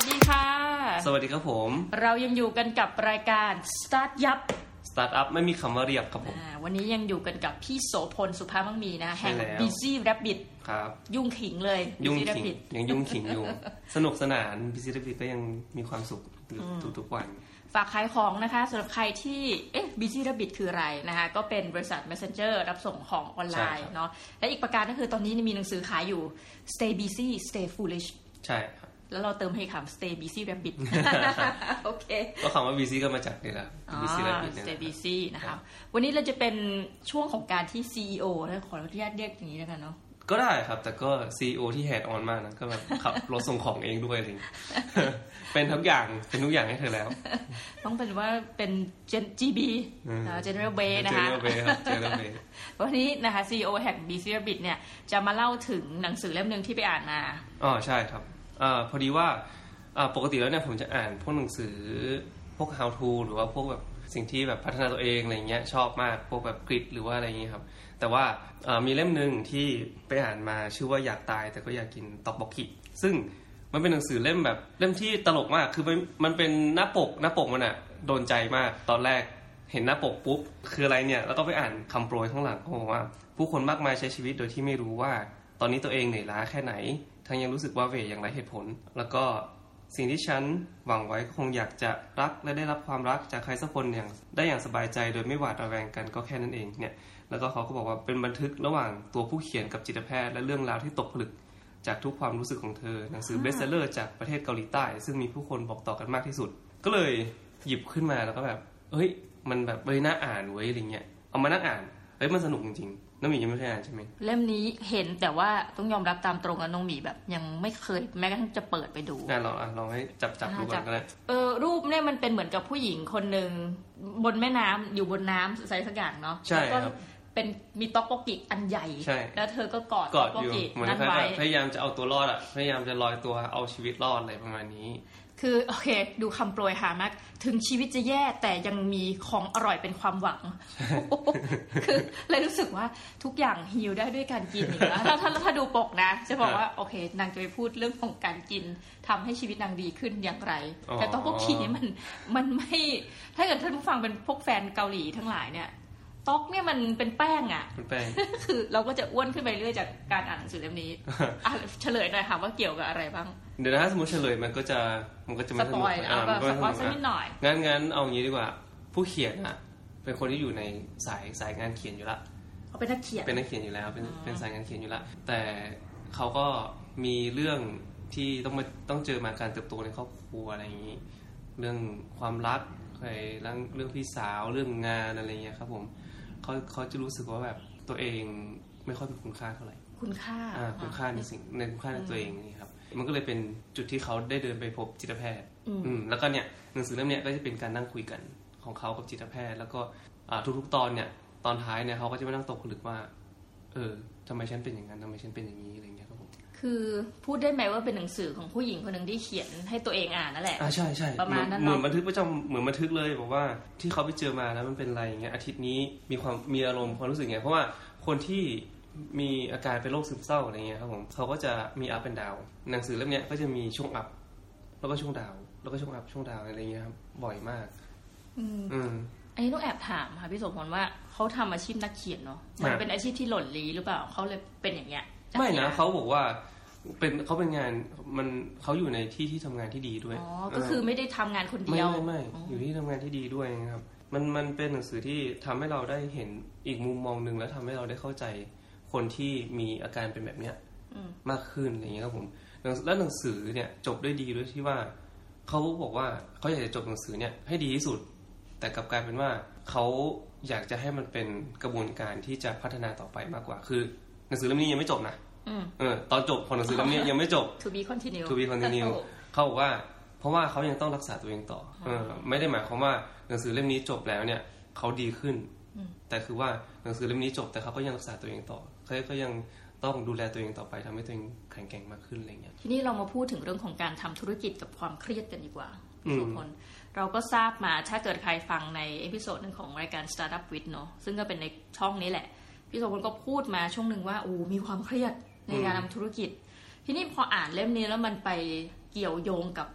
ดีค่ะสวัสดีครับผมเรายังอยู่กันกับรายการ Start Up Start Up ไม่มีคำว่าเรียบครับผมวันนี้ยังอยู่กันกับพี่โสพลสุภาพมั่งมีนะแห่ง Busy Rabbit ครับยุ่งขิงเลยยุ่งขิงยังยุ่งขิงอยู่ สนุกสนาน Busy Rabbit ก็ยังมีความสุขทุกวันฝากขายของนะคะสำหรับใครที่Busy Rabbit คืออะไรนะคะก็เป็นบริษัท Messenger รับส่งของออนไลน์เนาะและอีกประการก็คือตอนนี้มีหนังสือขายอยู่ Stay Busy Stay Foolish ใช่ครับแล้วเราเติมให้คำ Stay Busy Rabbit โอเคก็คำว่า busy ก็มาจากนี่แหละ Busy Rabbit Stay Busy นะคะวันนี้เราจะเป็นช่วงของการที่ CEO นะขออนุญาตเรียกอย่างนี้แล้วกันเนาะก็ได้ครับแต่ก็ CEO ที่แฮดออนมากนะก็แบบขับรถส่งของเองด้วยอะไรอย่างเงี้ยเป็นทุกอย่างให้เธอแล้วต้องเป็นว่าเป็น GB General Bay นะคะ General Bay ครับ General Bay วันนี้นะคะ CEO แห่ง Busy Rabbit เนี่ยจะมาเล่าถึงหนังสือเล่มนึงที่ไปอ่านมาใช่ครับพอดีว่าปกติแล้วเนี่ยผมจะอ่านพวกหนังสือพวก how to หรือว่าพวกแบบสิ่งที่แบบพัฒนาตัวเองอะไรเงี้ยชอบมากพวกแบบกริดหรือว่าอะไรเงี้ยครับแต่ว่ามีเล่มนึงที่ไปอ่านมาชื่อว่าอยากตายแต่ก็อยากกินต็อกบกกิซึ่งมันเป็นหนังสือเล่มแบบเล่มที่ตลกมากคือมันเป็นหน้าปกมันอะโดนใจมากตอนแรกเห็นหน้าปกปุ๊บคืออะไรเนี่ยแล้วก็ไปอ่านคำโปรยข้างหลังเขาบอกว่าผู้คนมากมายใช้ชีวิตโดยที่ไม่รู้ว่าตอนนี้ตัวเองเหนื่อยล้าแค่ไหนทั้งยังรู้สึกว่าเวอย่างไรเหตุผลแล้วก็สิ่งที่ฉันหวังไว้คงอยากจะรักและได้รับความรักจากใครสักคนอย่างสบายใจโดยไม่หวาดระแวงกันก็แค่นั้นเองเนี่ยแล้วก็เขาก็บอกว่าเป็นบันทึกระหว่างตัวผู้เขียนกับจิตแพทย์และเรื่องราวที่ตกผลึกจากทุกความรู้สึกของเธอหนังสือเบสเซลเลอร์จากประเทศเกาหลีใต้ซึ่งมีผู้คนบอกต่อกันมากที่สุดก็เลยหยิบขึ้นมาแล้วก็แบบมันแบบน่าอ่านเว้ยอะไรเงี้ยเอามานั่งอ่านมันสนุกจริงๆน้องหมียังไม่เคยอ่านใช่ไหมเล่มนี้เห็นแต่ว่าต้องยอมรับตามตรงกับน้องหมีแบบยังไม่เคยแม้กระทั่งจะเปิดไปดูลองให้จับดูก่อนก็ได้รูปเนี่ยมันเป็นเหมือนกับผู้หญิงคนหนึ่งบนแม่น้ำอยู่บนน้ำอะไรสักอย่างเนาะใช่ครับเป็นมีต๊อกโบกิอันใหญ่แล้วเธอก็กอดต๊อกโบกินั่นไว้พยายามจะเอาตัวรอดพยายามจะลอยตัวเอาชีวิตรอดอะไรประมาณนี้คือโอเคดูคำโปรยหามากถึงชีวิตจะแย่แต่ยังมีของอร่อยเป็นความหวัง คือเลยรู้สึกว่าทุกอย่างฮีลได้ด้วยการกินอีกแล้วถ้าดูปกนะจะบอกว่าโอเคนางจะไปพูดเรื่องของการกินทำให้ชีวิตนางดีขึ้นอย่างไรแต่ต๊อกโบกินี่มันไม่ถ้าเกิดท่านผู้ฟังเป็นพวกแฟนเกาหลีทั้งหลายเนี่ยต๊อกเนี่ยมันเป็นแป้งอ่ะเป็นแป้งคือเราก็จะอ้วนขึ้นไปเรื่อยจากการอ่านหนังสือเล่มนี้เฉลยหน่อยค่ะว่าเกี่ยวกับอะไรบ้างเดี๋ยวนะถ้าสมมติเฉลยมันก็จะไม่สนุกสปอยสักนิดหน่อยงั้นเอางี้ดีกว่าผู้เขียนอ่ะเป็นคนที่อยู่ในสายงานเขียนอยู่ละเขาเป็นนักเขียนอยู่แล้วเป็นสายงานเขียนอยู่ละแต่เขาก็มีเรื่องที่ต้องเจอมาการเติบโตในครอบครัวอะไรอย่างนี้เรื่องความรักเรื่องพี่สาวเรื่องงานอะไรเงี้ยครับผมเขาจะรู้สึกว่าแบบตัวเองไม่ค่อยมีคุณค่าเท่าไหร่คุณค่าคุณค่าในสิ่งในคุณค่าในตัวเองนี่ครับมันก็เลยเป็นจุดที่เขาได้เดินไปพบจิตแพทย์แล้วก็เนี่ยหนังสือเล่มนี้ก็จะเป็นการนั่งคุยกันของเขากับจิตแพทย์แล้วก็ทุกๆตอนเนี่ยตอนท้ายเนี่ยเขาก็จะมานั่งตกผลึกว่าทำไมฉันเป็นอย่างนั้นทำไมฉันเป็นอย่างนี้อะไรเงี้ยครับผมคือพูดได้ไหมว่าเป็นหนังสือของผู้หญิงคนหนึ่งที่เขียนให้ตัวเองอ่านนั่นแหละใช่ใช่ประมาณนั้นเหมือนบันทึกประจำเหมือนบันทึกเลยบอกว่าที่เขาไปเจอมาแล้วมันเป็นอะไรอย่างเงี้ยอาทิตย์นี้มีอารมณ์ความรู้สึกไงเพราะว่าคนที่มีอาการเป็นโรคซึมเศร้าอะไรเงี้ยครับผมเขาก็จะมีอัพแอนด์ดาวน์หนังสือเล่มนี้ก็จะมีช่วงอัพแล้วก็ช่วงดาวแล้วก็ช่วงอัพช่วงดาวอะไรเงี้ยครับบ่อยมากอันนี้ต้องแอบถามค่ะพี่สมพลว่าเขาทำอาชีพนักเขียนเนาะมันเป็นอาชีพที่หล่นลี้หรือเปล่าเขาเลยเป็นอย่างเงี้ยไม่นะเขาบอกว่าเขาเป็นงานเขาอยู่ในที่ทำงานที่ดีด้วยก็คือไม่ได้ทำงานคนเดียวไม่อยู่ที่ทำงานที่ดีด้วยนะครับมันเป็นหนังสือที่ทำให้เราได้เห็นอีกมุมมองนึงแล้วทำให้เราได้เข้าใจคนที่มีอาการเป็นแบบเนี้ยมากขึ้นอย่างเงี้ยครับผมแล้วหนังสือเนี่ยจบด้วยดีด้วยที่ว่าเขาบอกว่าเขาอยากจะจบหนังสือเนี่ยให้ดีที่สุดแต่กลับกลายเป็นว่าเขาอยากจะให้มันเป็นกระบวนการที่จะพัฒนาต่อไปมากกว่าคือหนังสือเล่มนี้ยังไม่จบนะตอนจบของหนังสือเล่มนี้ยังไม่จบ To be continue เขาบอกว่าเพราะว่าเขายังต้องรักษาตัวเองต่อไม่ได้หมายความว่าหนังสือเล่มนี้จบแล้วเนี่ยเขาดีขึ้นแต่คือว่าหนังสือเล่มนี้จบแต่เขาก็ยังรักษาตัวเองต่อเขาก็ยังต้องดูแลตัวเองต่อไปทำให้ตัวเองแข็งแกร่งมากขึ้นอะไรเงี้ยทีนี้เรามาพูดถึงเรื่องของการทำธุรกิจกับความเครียดกันดีกว่าทุกคนเราก็ทราบมาถ้าเกิดใครฟังในเอพิโซดนึงของรายการ Startup With เนาะซึ่งก็เป็นในช่องนี้แหละพี่สมพลก็พูดมาช่วงนึงว่ามีความเครียดในการทำธุรกิจทีนี้พออ่านเล่มนี้แล้วมันไปเกี่ยวโยงกับ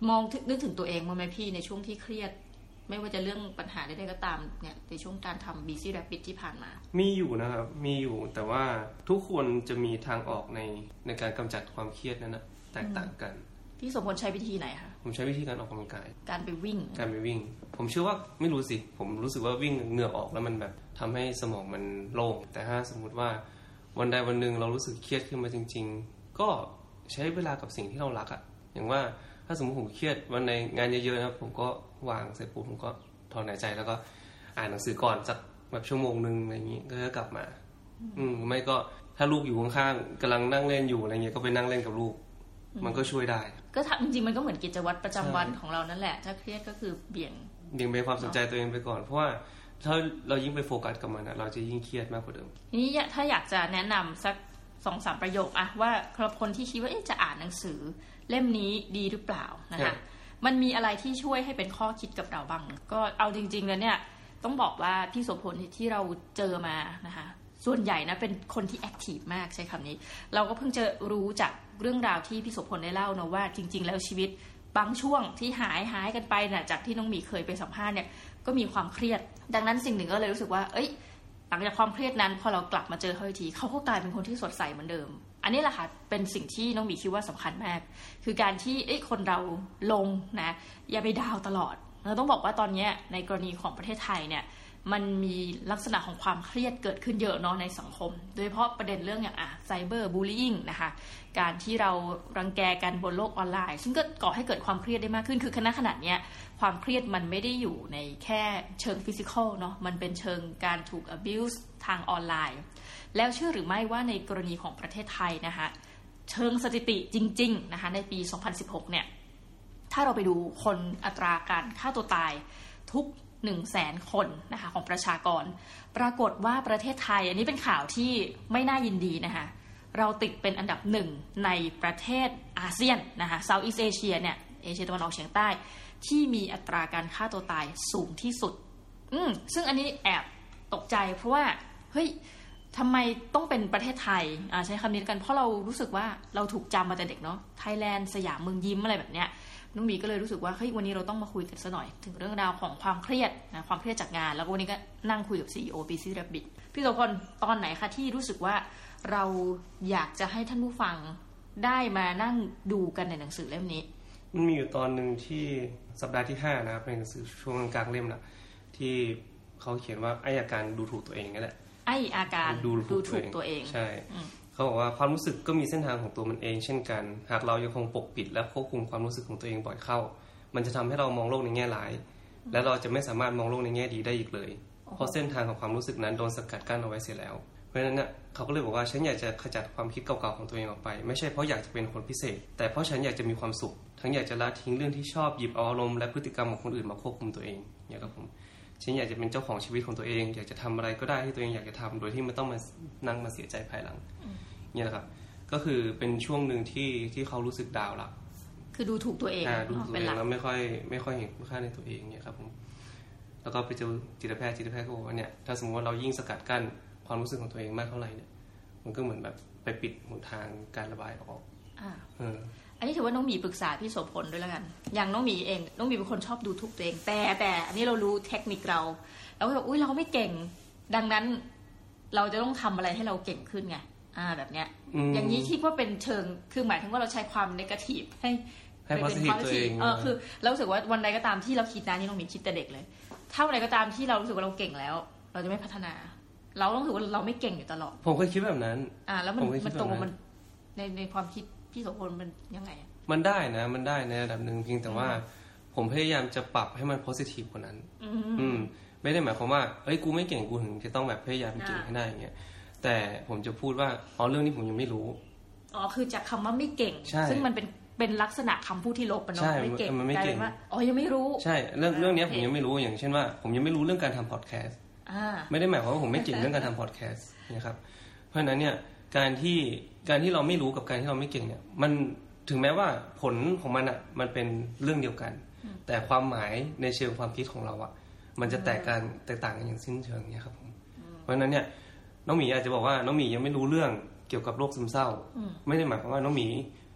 มองนึกถึงตัวเองมั้ยพี่ในช่วงที่เครียดไม่ว่าจะเรื่องปัญหาใดๆก็ตามเนี่ยในช่วงการทำ Busy Rabbit ที่ผ่านมามีอยู่นะครับมีอยู่แต่ว่าทุกคนจะมีทางออกในการกำจัดความเครียดนั้นนะแตกต่างกันพี่สมพลใช้วิธีไหนคะผมใช้วิธีการออกกำลังกายการไปวิ่งผมเชื่อว่าไม่รู้สิผมรู้สึกว่าวิ่งเหงื่อออกแล้วมันแบบทำให้สมองมันโล่งแต่ถ้าสมมุติว่าวันใดวันหนึ่งเรารู้สึกเครียดขึ้นมาจริงๆก็ใช้เวลากับสิ่งที่เรารักอ่ะอย่างว่าถ้าสมมติผมเครียดวันในงานเยอะๆนะผมก็วางเสร็จปุ๊บผมก็ถอนหายใจแล้วก็อ่านหนังสือก่อนสักแบบชั่วโมงนึงอะไรอย่างนี้ก็จะกลับมาไม่ก็ถ้าลูกอยู่ข้างๆกำลังนั่งเล่นอยู่อะไรเงี้ยก็ไปนั่งเล่นกับลูกมันก็ช่วยได้ก็จริงๆมันก็เหมือนกิจวัตรประจำวันของเรานั่นแหละถ้าเครียดก็คือเบี่ยงไปความสนใจตัวเองไปก่อนเพราะว่าถ้าเรายิ่งไปโฟกัสกับมันเราจะยิ่งเครียดมากกว่าเดิมทีนี้ถ้าอยากจะแนะนำสัก 2-3 ประโยคอะว่าสำหรับคนที่คิดว่าจะอ่านหนังสือเล่มนี้ดีหรือเปล่านะคะมันมีอะไรที่ช่วยให้เป็นข้อคิดกับเราบ้างก็เอาจริงๆแล้วเนี่ยต้องบอกว่าพี่โสพลที่เราเจอมานะคะส่วนใหญ่นะเป็นคนที่แอคทีฟมากใช้คำนี้เราก็เพิ่งจะรู้จากเรื่องราวที่พี่โสพลได้เล่านะว่าจริงๆแล้วชีวิตบางช่วงที่หายกันไปนะจากที่น้องหมีเคยไปสัมภาษณ์เนี่ยก็มีความเครียดดังนั้นสิ่งหนึ่งก็เลยรู้สึกว่าหลังจากความเครียดนั้นพอเรากลับมาเจอเขาอีกทีเขาก็กลายเป็นคนที่สดใสเหมือนเดิมอันนี้แหละค่ะเป็นสิ่งที่น้องหมีคิดว่าสำคัญมากคือการที่คนเราลงนะอย่าไปดาวตลอดเราต้องบอกว่าตอนนี้ในกรณีของประเทศไทยเนี่ยมันมีลักษณะของความเครียดเกิดขึ้นเยอะเนาะในสังคมโดยเฉพาะประเด็นเรื่องอย่างไซเบอร์บูลลี่นะคะการที่เรารังแกกันบนโลกออนไลน์ซึ่งก็ก่อให้เกิดความเครียดได้มากขึ้นคือขนาดนี้ความเครียดมันไม่ได้อยู่ในแค่เชิงฟิสิกอลเนาะมันเป็นเชิงการถูก abuse ทางออนไลน์แล้วเชื่อหรือไม่ว่าในกรณีของประเทศไทยนะคะเชิงสถิติจริงๆนะคะในปี 2016 เนี่ยถ้าเราไปดูคนอัตราการฆ่าตัวตายทุก100,000 คนนะคะของประชากรปรากฏว่าประเทศไทยอันนี้เป็นข่าวที่ไม่น่ายินดีนะคะเราติดเป็นอันดับ1ในประเทศอาเซียนนะคะ Southeast Asia เนี่ยเอเชียตะวันออกเฉียงใต้ที่มีอัตราการฆ่าตัวตายสูงที่สุดซึ่งอันนี้แอบตกใจเพราะว่าเฮ้ยทำไมต้องเป็นประเทศไทยใช้คำนี้กันเพราะเรารู้สึกว่าเราถูกจำมาแต่เด็กเนาะไทยแลนด์สยามเมืองยิ้มอะไรแบบเนี้ยน้องหมีก็เลยรู้สึกว่าเฮ้ยวันนี้เราต้องมาคุยกันซะหน่อยถึงเรื่องราวของความเครียดนะความเครียดจากงานแล้ววันนี้ก็นั่งคุยกับ CEO Busy Rabbit พี่โสพลตอนไหนคะที่รู้สึกว่าเราอยากจะให้ท่านผู้ฟังได้มานั่งดูกันในหนังสือเล่มนี้มันมีอยู่ตอนนึงที่สัปดาห์ที่5นะครับในหนังสือช่วงกลางเล่มนะที่เขาเขียนว่าไอ้อาการดูถูกตัวเองนั่นแหละไอ้อาการดูถูกตัวเองใช่เขาบอกว่าความรู้สึกก็มีเส้นทางของตัวมันเองเช่นกันหากเรายังคงปกปิดและควบคุมความรู้สึกของตัวเองบ่อยเข้ามันจะทำให้เรามองโลกในแง่ร้ายและเราจะไม่สามารถมองโลกในแง่ดีได้อีกเลยเพราะเส้นทางของความรู้สึกนั้นโดนสกัดกั้นเอาไว้เสียแล้วเพราะฉะนั้นเนี่ยเขาก็เลยบอกว่าฉันอยากจะขจัดความคิดเก่าๆของตัวเองออกไปไม่ใช่เพราะอยากจะเป็นคนพิเศษแต่เพราะฉันอยากจะมีความสุขทั้งอยากจะละทิ้งเรื่องที่ชอบหยิบเอาอารมณ์และพฤติกรรมของคนอื่นมาควบคุมตัวเองเนี่ยครับผมฉันอยากจะเป็นเจ้าของชีวิตของตัวเองอยากจะทำอะไรก็ได้ที่ตัวเองอยากจะทำโดยที่ไม่ต้องมานั่งมาเสียใจภายหลังเนี่ยนะครับก็คือเป็นช่วงหนึ่งที่เขารู้สึกดาวละคือดูถูกตัวเองดูถูกตัวเองแล้วไม่ค่อยเห็นคุณค่าในตัวเองเนี่ยครับผมแล้วก็ไปเจอจิตแพทย์ก็บอกว่าเนี่ยถ้าสมมติว่าเรายิ่งสกัดกั้นความรู้สึกของตัวเองมากเท่าไหร่เนี่ยมันก็เหมือนแบบไปปิดหนทางการระบายออกอันนี้ถือว่าน้องหมีปรึกษาพี่โสพลด้วยแล้วกันอย่างน้องหมีเองน้องหมีเป็นคนชอบดูถูกตัวเองแต่อันนี้เรารู้เทคนิคเราก็แบบอุ้ยเราไม่เก่งดังนั้นเราจะต้องทำอะไรให้เราเก่งขึ้นไงแบบเนี้ยอย่างนี้คิดว่าเป็นเชิงคือหมายถึงว่าเราใช้ความเนกาทีฟให้เป็น positive คือเรารู้สึกว่าวันใดก็ตามที่เราคิดนะนี่น้องหมีคิดแต่เด็กเลยถ้าวันใดก็ตามที่เรารู้สึกว่าเราเก่งแล้วเราจะไม่พัฒนาเราต้องรู้สึกว่าเราไม่เก่งอยู่ตลอดผมเคยคิดแบบนั้นแล้วมันตรงมันในความคิดพี่โสพลมันยังไงมันได้นะมันได้ในระดับนึงเพียงแต่ว่าผมพยายามจะปรับให้มัน positive กว่านั้นไม่ได้หมายความว่าเอ้ยกูไม่เก่งกูถึงจะต้องแบบพยายามเก่งให้ได้อย่างเงี้ยแต่ผมจะพูดว่าเรื่องนี้ผมยังไม่รู้คือจากคำว่าไม่เก่งซึ่งมันเป็นลักษณะคำพูดที่ลบเนาะไม่เก่งกลายเป็นว่ายังไม่รู้ใช่เรื่องนี้ผมยังไม่รู้อย่างเช่นว่าผมยังไม่รู้เรื่องการทำพอดแคสต์ไม่ได้หมายความว่าผมไม่เก่งเรื่องการทำพอดแคสต์นะครับเพราะฉะนั้นเนี่ยการที่เราไม่รู้กับการที่เราไม่เก่งเนี่ยมันถึงแม้ว่าผลของมันอ่ะมันเป็นเรื่องเดียวกันแต่ความหมายในเชิงความคิดของเราอ่ะมันจะแตกต่างกันอย่างสิ้นเชิงเนี่ยครับผมเพราะฉะนั้นเนี่ยน้องหมีอาจจะบอกว่าน้องหมียังไม่รู้เรื่องเกี่ยวกับโรคซึมเศร้าไม่ได้หมายความว่าน้องหมี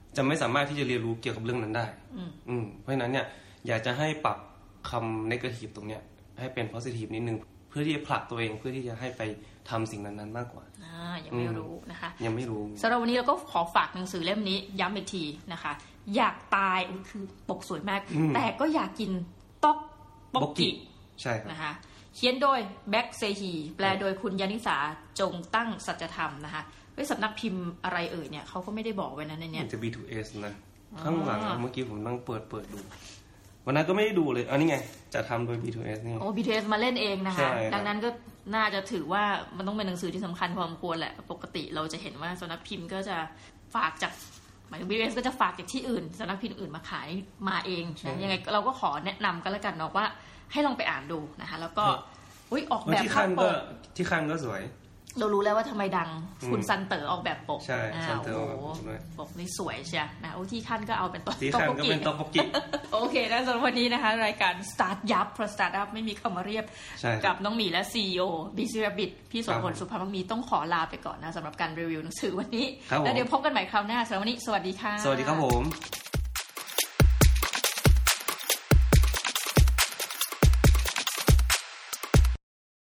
จะไม่สามารถที่จะเรียนรู้เกี่ยวกับเรื่องนั้นได้เพราะฉะนั้นเนี่ยอยากจะให้ปรับคำ negative ตรงเนี้ยให้เป็น positive นิดนึงเพื่อที่จะผลักตัวเองเพื่อที่จะให้ไปทำสิ่งนั้นๆมากกว่ายังไม่รู้นะคะยังไม่รู้สำหรับวันนี้เราก็ขอฝากหนังสือเล่มนี้ย้ำอีกทีนะคะอยากตายคือปกสวยมากแต่ก็อยากกินต๊อกบกกิใช่ครับนะคะเขียนโดยแบ็กเซฮีแปลโดยคุณยานิสาจงตั้งสัจธรรมนะคะสำนักพิมพ์อะไรเนี่ยเขาก็ไม่ได้บอกไว้นะในนี้จะ B2S นะข้างหลังเมื่อกี้ผมนั่งเปิดดูวันนั้นก็ไม่ได้ดูเลยอันนี้ไงจะทำโดย B2S นี่ B2S มาเล่นเองนะคะดังนั้นก็น่าจะถือว่ามันต้องเป็นหนังสือที่สำคัญพอสมควรแหละปกติเราจะเห็นว่าสำนักพิมพ์ก็จะฝากจากหมายถึง B2S ก็จะฝากจากที่อื่นสำนักพิมพ์อื่นมาขายมาเองนะยังไงเราก็ขอแนะนำกันแล้วกันเนาะว่าให้ลองไปอ่านดูนะคะแล้วก็ออกแบบที่ขั้นก็สวยเรารู้แล้วว่าทำไมดังคุณซันเต๋อออกแบบปกใช่ซันเต๋อปกนี่สวยใช่นะที่ขั้นก็เอาเป็นต๊อกที่ขั้นก็เป็นต๊อกบกกิโอเคนะสำหรับวันนี้นะคะรายการ Start ยับ เพราะ Start Up ไม่มีคำว่าเรียบกับน้องหมีและ CEO BC Rabbit พี่โสพลสุภาพมีต้องขอลาไปก่อนนะสำหรับการรีวิวหนังสือวันนี้แล้วเดี๋ยวพบกันใหม่คราวหน้าสำหรับวันนี้สวัสดีค่ะสวัสดีครับผม